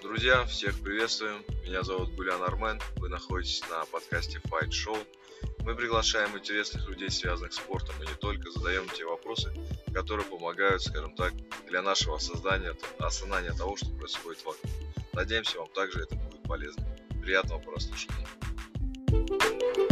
Друзья, всех приветствуем. Меня зовут Гулян Армен. Вы находитесь на подкасте Fight Show. Мы приглашаем интересных людей, связанных с спортом, и не только, задаем те вопросы, которые помогают, скажем так, для нашего осознания того, что происходит вокруг. Надеемся, вам также это будет полезно. Приятного прослушивания.